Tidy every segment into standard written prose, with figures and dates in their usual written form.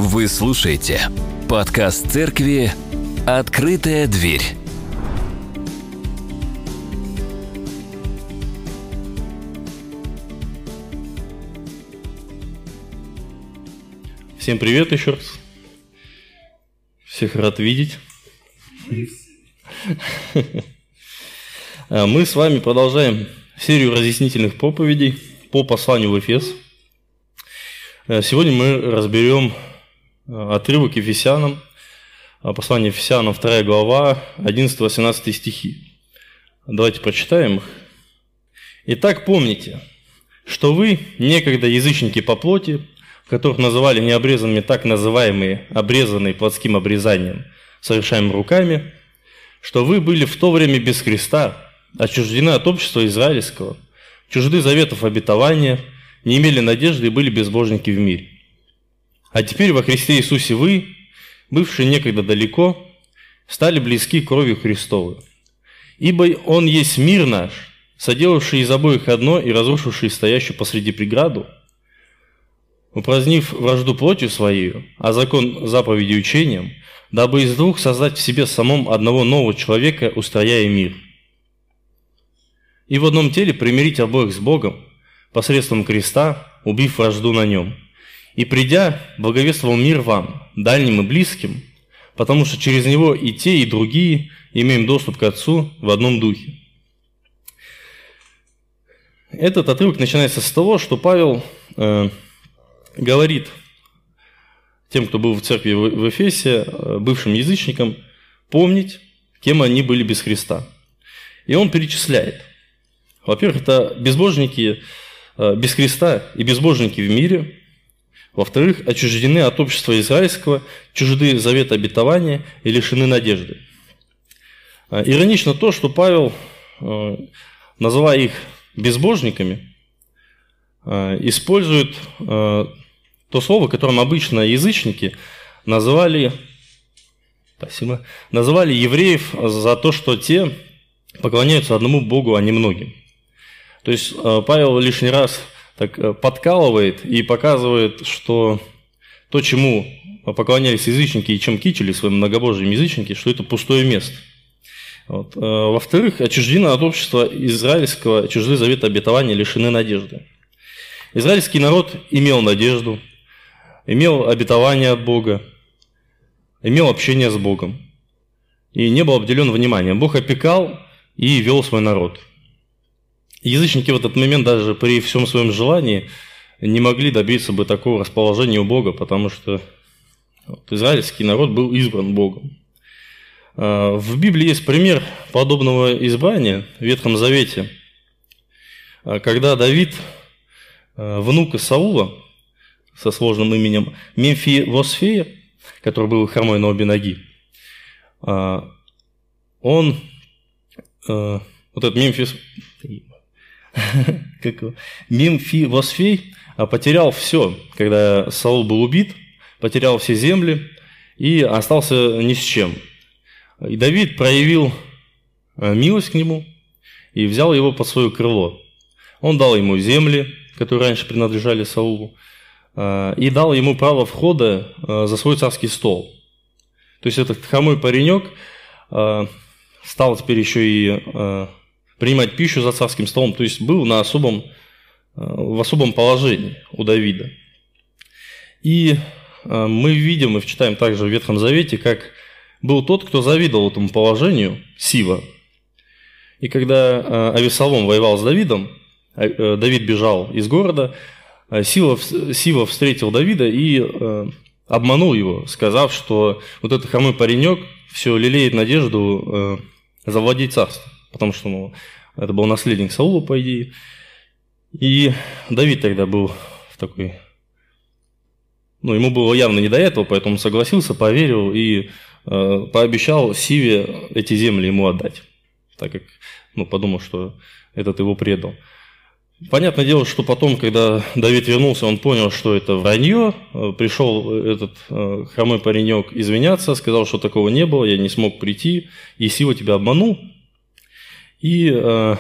Вы слушаете подкаст церкви «Открытая дверь». Всем привет еще раз. Всех рад видеть. Мы с вами продолжаем серию разъяснительных проповедей по посланию в Эфес. Сегодня мы разберем отрывок Ефесянам, послание Ефесянам, 2 глава, 11-18 стихи. Давайте прочитаем их. «Итак, помните, что вы, некогда язычники по плоти, которых называли необрезанными так называемые, обрезанные плотским обрезанием, совершаемым руками, что вы были в то время без Христа, отчуждены от общества израильского, чужды заветов обетования, не имели надежды и были безбожники в мире. А теперь во Христе Иисусе вы, бывшие некогда далеко, стали близки кровью Христовой. Ибо Он есть мир наш, соделавший из обоих одно и разрушивший стоящую посреди преграду, упразднив вражду плотью своею, а закон заповеди учением, дабы из двух создать в себе самом одного нового человека, устрояя мир. И в одном теле примирить обоих с Богом посредством креста, убив вражду на нем. И придя, благовествовал мир вам, дальним и близким, потому что через него и те, и другие имеем доступ к Отцу в одном духе». Этот отрывок начинается с того, что Павел говорит тем, кто был в церкви в Эфесе, бывшим язычникам, помнить, кем они были без Христа. И он перечисляет. Во-первых, это безбожники без Христа и безбожники в мире. Во-вторых, отчуждены от общества израильского, чужды завета обетования и лишены надежды. Иронично то, что Павел, называя их безбожниками, использует то слово, которым обычно язычники называли евреев за то, что те поклоняются одному Богу, а не многим. То есть Павел лишний раз так подкалывает и показывает, что то, чему поклонялись язычники и чем кичили своим многобожием язычники, что это пустое место. Вот. Во-вторых, отчуждены от общества израильского, чужды завета обетования, лишены надежды. Израильский народ имел надежду, имел обетование от Бога, имел общение с Богом и не был обделен вниманием. Бог опекал и вел свой народ. Язычники в этот момент даже при всем своем желании не могли добиться бы такого расположения у Бога, потому что израильский народ был избран Богом. В Библии есть пример подобного избрания в Ветхом Завете, когда Давид, внук Саула, со сложным именем Мемфивосфея, который был хромой на обе ноги, он, вот этот Мемфивосфей потерял все, когда Саул был убит, потерял все земли и остался ни с чем. И Давид проявил милость к нему и взял его под свое крыло. Он дал ему земли, которые раньше принадлежали Саулу, и дал ему право входа за свой царский стол. То есть этот хромой паренек стал теперь еще и принимать пищу за царским столом, то есть был в особом положении у Давида. И мы видим и читаем также в Ветхом Завете, как был тот, кто завидовал этому положению, Сива. И когда Авесолом воевал с Давидом, Давид бежал из города, Сива встретил Давида и обманул его, сказав, что вот этот хромой паренек все лелеет надежду завладеть царством, потому что это был наследник Саула, по идее. И Давид тогда был в такой... ему было явно не до этого, поэтому он согласился, поверил и пообещал Сиве эти земли ему отдать, так как подумал, что этот его предал. Понятное дело, что потом, когда Давид вернулся, он понял, что это вранье. Пришел этот хромой паренек извиняться, сказал, что такого не было, я не смог прийти, и Сива тебя обманул. И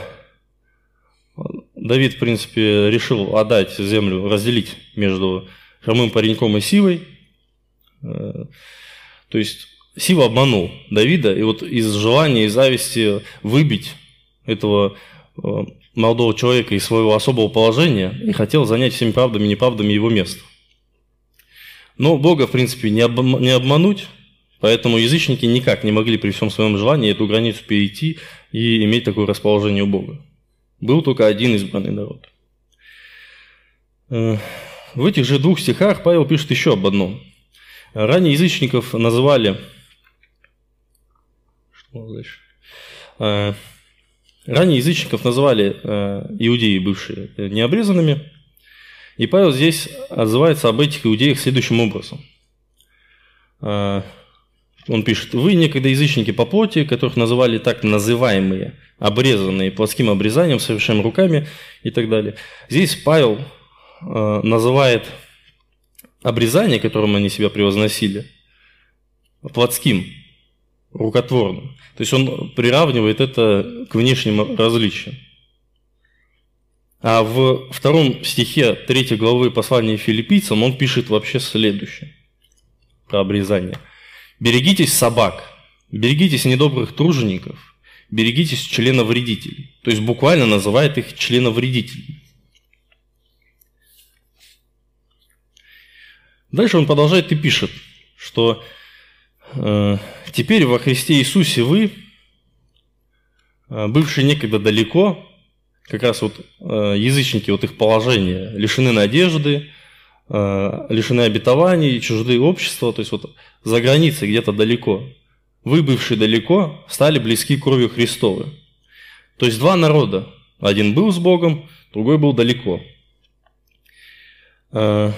Давид, в принципе, решил отдать землю, разделить между хромым пареньком и Сивой. То есть Сива обманул Давида, и вот из желания и зависти выбить этого молодого человека из своего особого положения и хотел занять всеми правдами и неправдами его место. Но Бога, в принципе, не обмануть, поэтому язычники никак не могли при всем своем желании эту границу перейти и иметь такое расположение у Бога. Был только один избранный народ. В этих же 2 стихах Павел пишет еще об одном. Ранее язычников называли... Ранее язычников называли иудеи, бывшие необрезанными, и Павел здесь отзывается об этих иудеях следующим образом. Он пишет: «Вы некогда язычники по плоти, которых называли так называемые обрезанные плотским обрезанием, совершаем руками» и так далее. Здесь Павел называет обрезание, которым они себя превозносили, плотским, рукотворным. То есть он приравнивает это к внешним различиям. А в 2 стихе 3 главы послания Филиппийцам он пишет вообще следующее про обрезание. «Берегитесь собак, берегитесь недобрых тружеников, берегитесь членовредителей». То есть буквально называет их членовредителями. Дальше он продолжает и пишет, что «теперь во Христе Иисусе вы, бывшие некогда далеко», как раз вот язычники, вот их положение, лишены надежды, лишены обетований, чужды общества, то есть вот за границей где-то далеко. Вы, бывшие далеко, стали близки кровью Христовой. То есть 2 народа. Один был с Богом, другой был далеко. Но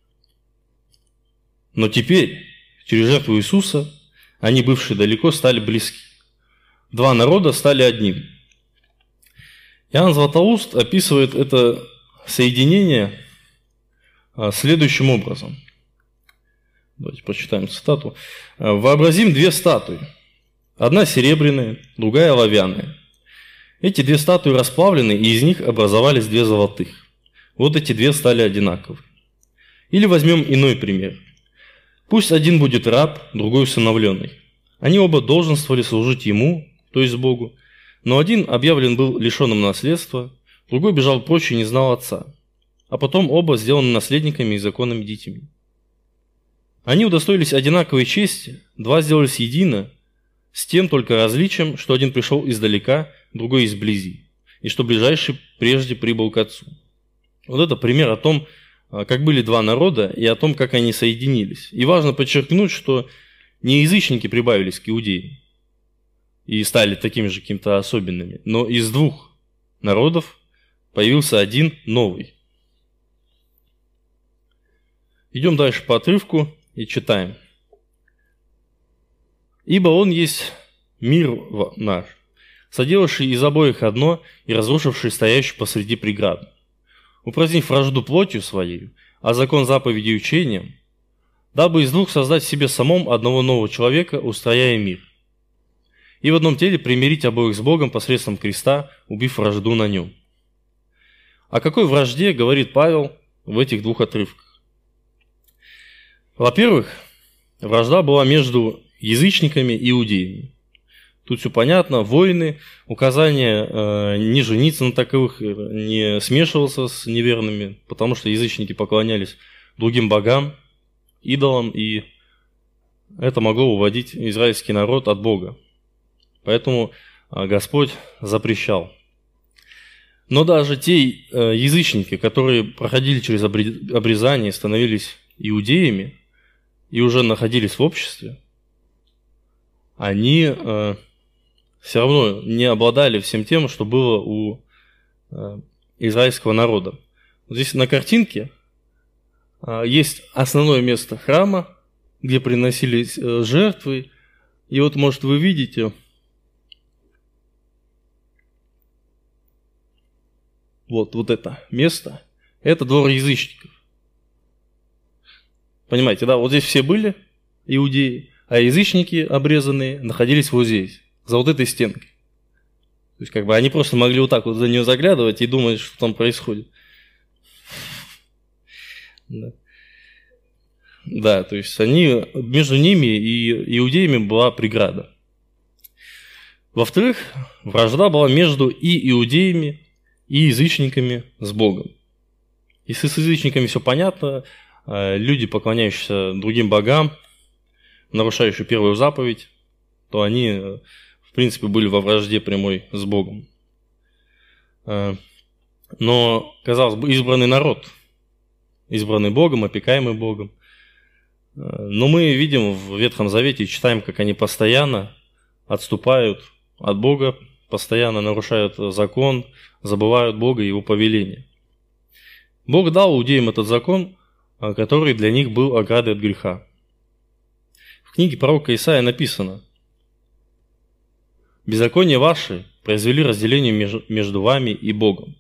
теперь, через жертву Иисуса, они, бывшие далеко, стали близки. 2 народа стали одним. Иоанн Златоуст описывает это соединение следующим образом. Давайте прочитаем цитату. «Вообразим 2 статуи. Одна серебряная, другая оловянная. Эти 2 статуи расплавлены, и из них образовались 2 золотых. Вот эти 2 стали одинаковы. Или возьмем иной пример. Пусть один будет раб, другой усыновленный. Они оба долженствовали служить ему, то есть Богу, но один объявлен был лишенным наследства, другой бежал прочь и не знал отца. А потом оба сделаны наследниками и законными детьми. Они удостоились одинаковой чести, 2 сделались едино, с тем только различием, что один пришел издалека, другой изблизи, и что ближайший прежде прибыл к отцу». Вот это пример о том, как были 2 народа и о том, как они соединились. И важно подчеркнуть, что не язычники прибавились к иудеям и стали такими же какими-то особенными, но из 2 народов появился один новый. Идем дальше по отрывку и читаем. «Ибо Он есть мир наш, соделавший из обоих одно и разрушивший стоящий посреди преграды, упразднив вражду плотью своей, а закон заповедей учением, дабы из 2 создать в себе самом одного нового человека, устрояя мир, и в одном теле примирить обоих с Богом посредством креста, убив вражду на нем». О какой вражде говорит Павел в этих 2 отрывках? Во-первых, вражда была между язычниками и иудеями. Тут все понятно, войны, указания не жениться на таковых, не смешиваться с неверными, потому что язычники поклонялись другим богам, идолам, и это могло уводить израильский народ от Бога. Поэтому Господь запрещал. Но даже те язычники, которые проходили через обрезание, становились иудеями и уже находились в обществе, они все равно не обладали всем тем, что было у израильского народа. Вот здесь на картинке есть основное место храма, где приносились жертвы. И вот, может, вы видите, вот это место, это двор язычников. Понимаете, да? Вот здесь все были иудеи, а язычники обрезанные находились вот здесь, за вот этой стенкой. То есть, они просто могли вот так вот за нее заглядывать и думать, что там происходит. Да. Да, то есть между ними и иудеями была преграда. Во-вторых, вражда была между и иудеями, и язычниками с Богом. Если с язычниками все понятно, люди, поклоняющиеся другим богам, нарушающие первую заповедь, то они, в принципе, были во вражде прямой с Богом. Но, казалось бы, избранный народ, избранный Богом, опекаемый Богом. Но мы видим в Ветхом Завете, читаем, как они постоянно отступают от Бога, постоянно нарушают закон, забывают Бога и Его повеления. Бог дал иудеям этот закон, который для них был оградой от греха. В книге пророка Исаия написано: «Беззакония ваши произвели разделение между вами и Богом».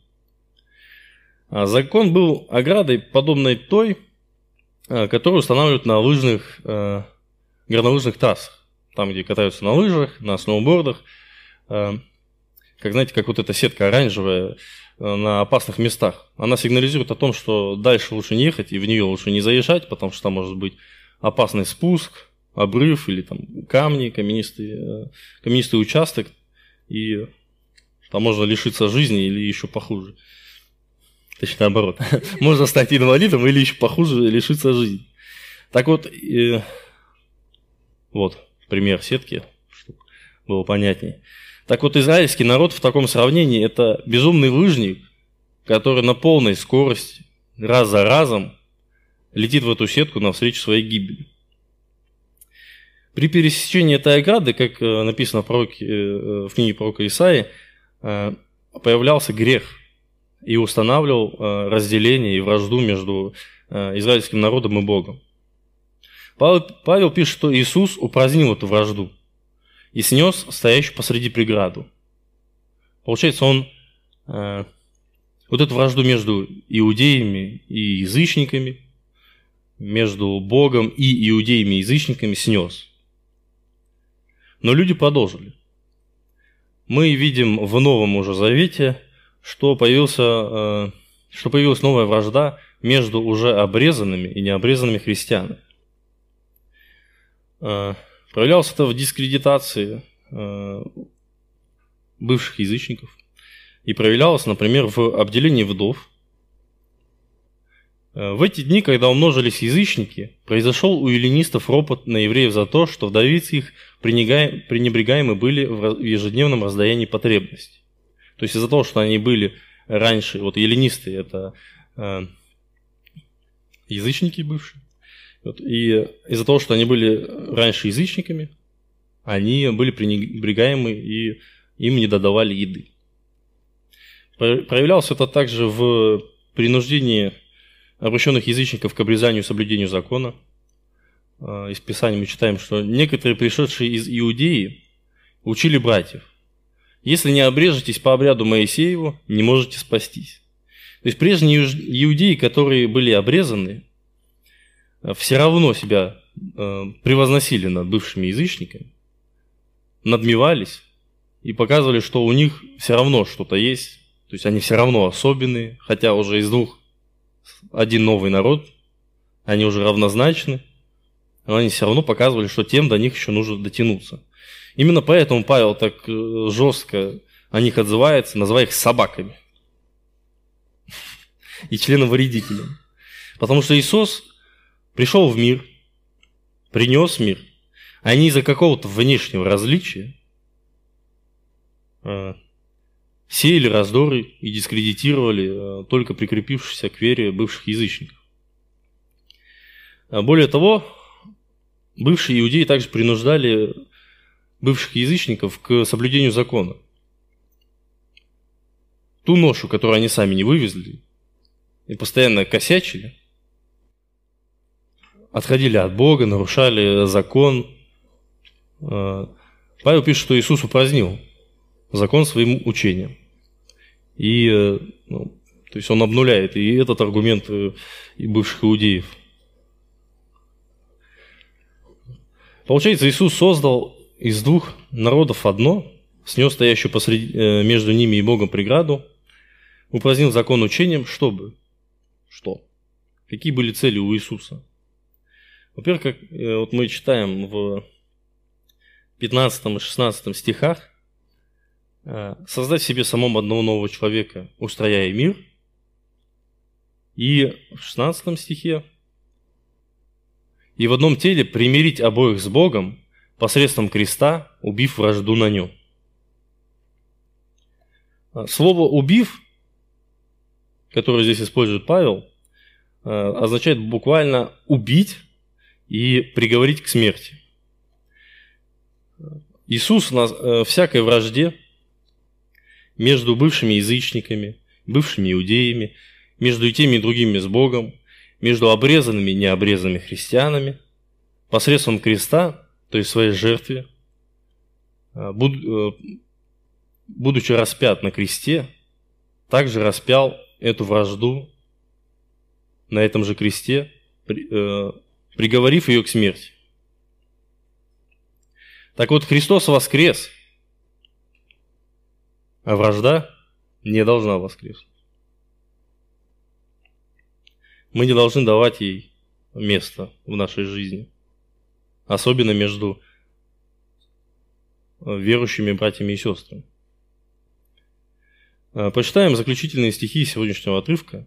Закон был оградой, подобной той, которую устанавливают на горнолыжных трассах, там, где катаются на лыжах, на сноубордах, как, знаете, как вот эта сетка оранжевая на опасных местах. Она сигнализирует о том, что дальше лучше не ехать и в нее лучше не заезжать, потому что там может быть опасный спуск, обрыв или там камни, каменистый участок, и там можно лишиться жизни или еще похуже. Точнее, наоборот. Можно стать инвалидом или еще похуже лишиться жизни. Так вот, вот пример сетки, чтобы было понятнее. Так вот, израильский народ в таком сравнении – это безумный лыжник, который на полной скорости, раз за разом, летит в эту сетку навстречу своей гибели. При пересечении этой ограды, как написано в книге пророка Исаии, появлялся грех и устанавливал разделение и вражду между израильским народом и Богом. Павел пишет, что Иисус упразднил эту вражду и снес стоящую посреди преграду. Получается, он вот эту вражду между иудеями и язычниками, между Богом и иудеями и язычниками снес. Но люди продолжили. Мы видим в Новом уже Завете, что появилась новая вражда между уже обрезанными и необрезанными христианами. Проявлялось это в дискредитации бывших язычников и проявлялось, например, в обделении вдов. В эти дни, когда умножились язычники, произошел у эллинистов ропот на евреев за то, что вдовицы их пренебрегаемы были в ежедневном раздаянии потребностей. То есть из-за того, что они были раньше, вот эллинисты – это язычники бывшие, и из-за того, что они были раньше язычниками, они были пренебрегаемы и им не додавали еды. Проявлялось это также в принуждении обращенных язычников к обрезанию и соблюдению закона. Из Писания мы читаем, что некоторые, пришедшие из Иудеи, учили братьев: «Если не обрежетесь по обряду Моисееву, не можете спастись». То есть прежние иудеи, которые были обрезаны, все равно себя превозносили над бывшими язычниками, надмевались и показывали, что у них все равно что-то есть, то есть они все равно особенные, хотя уже из двух один новый народ, они уже равнозначны, но они все равно показывали, что тем до них еще нужно дотянуться. Именно поэтому Павел так жестко о них отзывается, называя их собаками и членовредителями. Потому что Иисус пришел в мир, принес мир, а не из-за какого-то внешнего различия сеяли раздоры и дискредитировали только прикрепившихся к вере бывших язычников. Более того, бывшие иудеи также принуждали бывших язычников к соблюдению закона. Ту ношу, которую они сами не вывезли и постоянно косячили, отходили от Бога, нарушали закон. Павел пишет, что Иисус упразднил закон своим учением. И то есть он обнуляет и этот аргумент и бывших иудеев. Получается, Иисус создал из двух народов одно, снес стоящую между ними и Богом преграду, упразднил закон учением, чтобы... Что? Какие были цели у Иисуса? Во-первых, как вот мы читаем в 15 и 16 стихах, создать в себе самом одного нового человека, устрояя мир. И в 16 стихе, и в одном теле примирить обоих с Богом посредством креста, убив вражду на нем. Слово «убив», которое здесь использует Павел, означает буквально «убить» и «приговорить к смерти». Иисус на всякой вражде между бывшими язычниками, бывшими иудеями, между и теми и другими с Богом, между обрезанными и необрезанными христианами, посредством креста, то есть своей жертве, будучи распят на кресте, также распял эту вражду на этом же кресте, приговорив ее к смерти. Так вот, Христос воскрес, а вражда не должна воскреснуть. Мы не должны давать ей место в нашей жизни, особенно между верующими братьями и сестрами. Почитаем заключительные стихи сегодняшнего отрывка.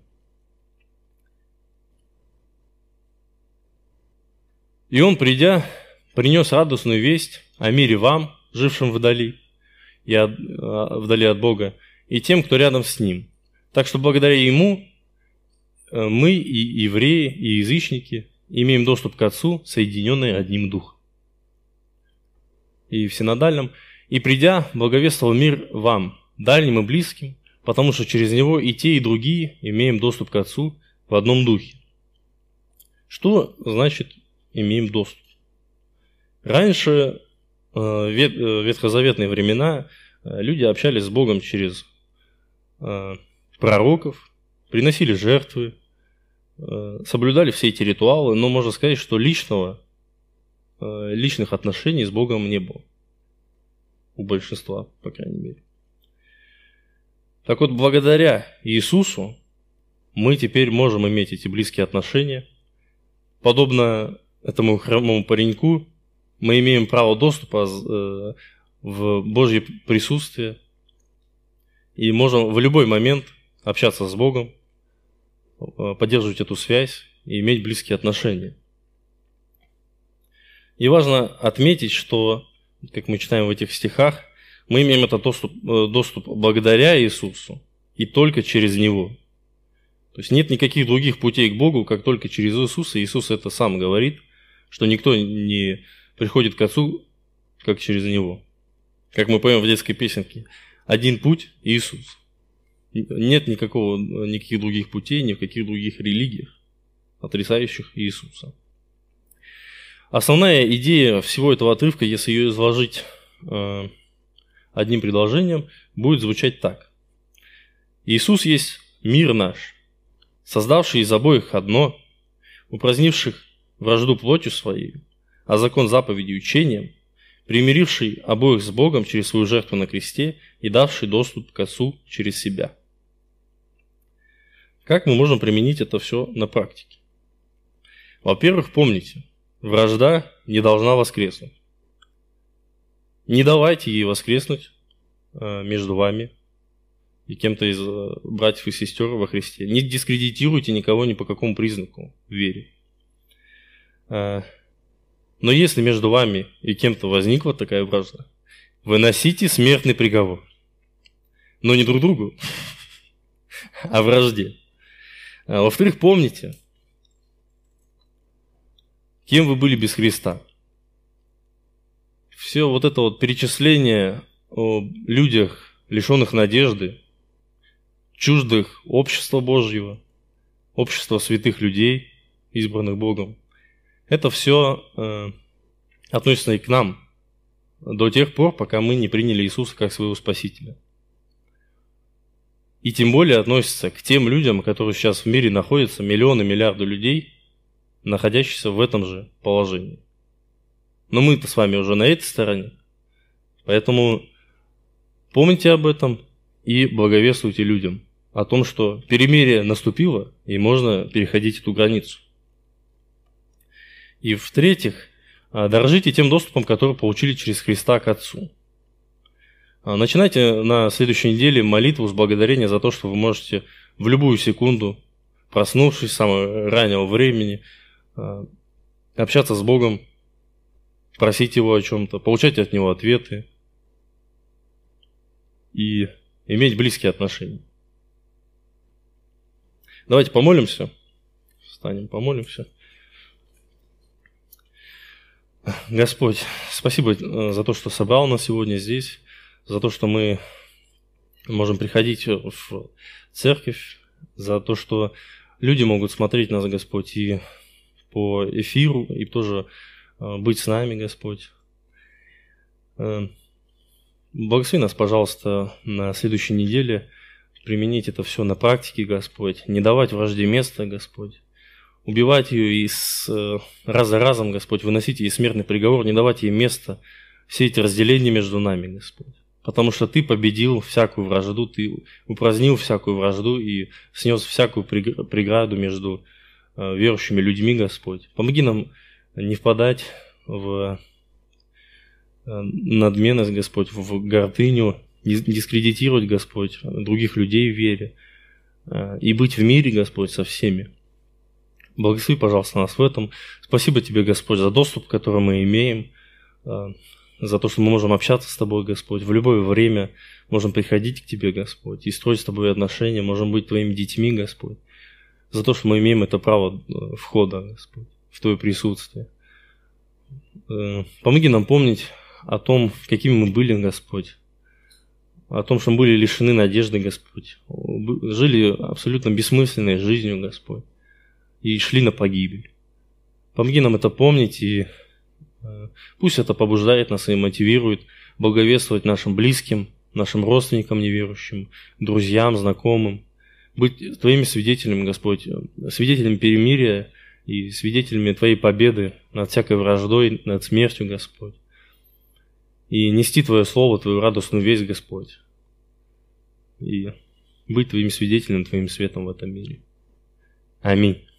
«И он, придя, принес радостную весть о мире вам, жившим вдали, вдали от Бога, и тем, кто рядом с Ним. Так что благодаря Ему мы, и евреи, и язычники, имеем доступ к Отцу, соединенные одним Духом». И в синодальном: «И придя, благовествовал мир вам, дальним и близким, потому что через него и те, и другие имеем доступ к Отцу в одном Духе». Что значит «имеем доступ»? Раньше, в ветхозаветные времена, люди общались с Богом через пророков, приносили жертвы, соблюдали все эти ритуалы, но можно сказать, что личных отношений с Богом не было. У большинства, по крайней мере. Так вот, благодаря Иисусу мы теперь можем иметь эти близкие отношения. Подобно этому хромому пареньку, мы имеем право доступа в Божье присутствие и можем в любой момент общаться с Богом, поддерживать эту связь и иметь близкие отношения. И важно отметить, что, как мы читаем в этих стихах, мы имеем этот доступ благодаря Иисусу и только через Него. То есть нет никаких других путей к Богу, как только через Иисуса. Иисус это сам говорит, что никто не приходит к Отцу, как через Него. Как мы поем в детской песенке: «Один путь – Иисус». Нет никаких других путей, ни в каких других религиях, отрицающих Иисуса. Основная идея всего этого отрывка, если ее изложить одним предложением, будет звучать так. Иисус есть мир наш, создавший из обоих одно, упразднивших вражду плотью своей, а закон заповеди учением, примиривший обоих с Богом через свою жертву на кресте и давший доступ к Отцу через себя. Как мы можем применить это все на практике? Во-первых, помните, вражда не должна воскреснуть. Не давайте ей воскреснуть между вами и кем-то из братьев и сестер во Христе. Не дискредитируйте никого ни по какому признаку в вере. Но если между вами и кем-то возникла такая вражда, выносите смертный приговор. Но не друг другу, а вражде. Во-вторых, помните, кем вы были без Христа. Все вот это вот перечисление о людях, лишенных надежды, чуждых общества Божьего, общества святых людей, избранных Богом, это все относится и к нам до тех пор, пока мы не приняли Иисуса как своего Спасителя. И тем более относится к тем людям, которые сейчас в мире находятся, миллионы, миллиарды людей, находящихся в этом же положении. Но мы-то с вами уже на этой стороне, поэтому помните об этом и благовествуйте людям о том, что перемирие наступило и можно переходить эту границу. И в-третьих, дорожите тем доступом, который получили через Христа к Отцу. Начинайте на следующей неделе молитву с благодарения за то, что вы можете в любую секунду, проснувшись с самого раннего времени, общаться с Богом, просить Его о чем-то, получать от Него ответы и иметь близкие отношения. Давайте помолимся. Встанем, помолимся. Господь, спасибо за то, что собрал нас сегодня здесь, за то, что мы можем приходить в церковь, за то, что люди могут смотреть нас, Господь, и по эфиру, и тоже быть с нами, Господь. Благослови нас, пожалуйста, на следующей неделе применить это все на практике, Господь, не давать вражде места, Господь, убивать ее и раз за разом, Господь, выносить ей смертный приговор, не давать ей места, все эти разделения между нами, Господь. Потому что Ты победил всякую вражду, Ты упразднил всякую вражду и снес всякую преграду между верующими людьми, Господь. Помоги нам не впадать в надменность, Господь, в гордыню, дискредитировать, Господь, других людей в вере и быть в мире, Господь, со всеми. Благослови, пожалуйста, нас в этом. Спасибо Тебе, Господь, за доступ, который мы имеем, за то, что мы можем общаться с Тобой, Господь, в любое время можем приходить к Тебе, Господь, и строить с Тобой отношения, можем быть Твоими детьми, Господь, за то, что мы имеем это право входа, Господь, в Твое присутствие. Помоги нам помнить о том, какими мы были, Господь, о том, что мы были лишены надежды, Господь, жили абсолютно бессмысленной жизнью, Господь, и шли на погибель. Помоги нам это помнить, и пусть это побуждает нас и мотивирует благовествовать нашим близким, нашим родственникам неверующим, друзьям, знакомым, быть Твоими свидетелями, Господь, свидетелями перемирия и свидетелями Твоей победы над всякой враждой, над смертью, Господь. И нести Твое Слово, Твою радостную весть, Господь. И быть Твоим свидетелем, Твоим светом в этом мире. Аминь.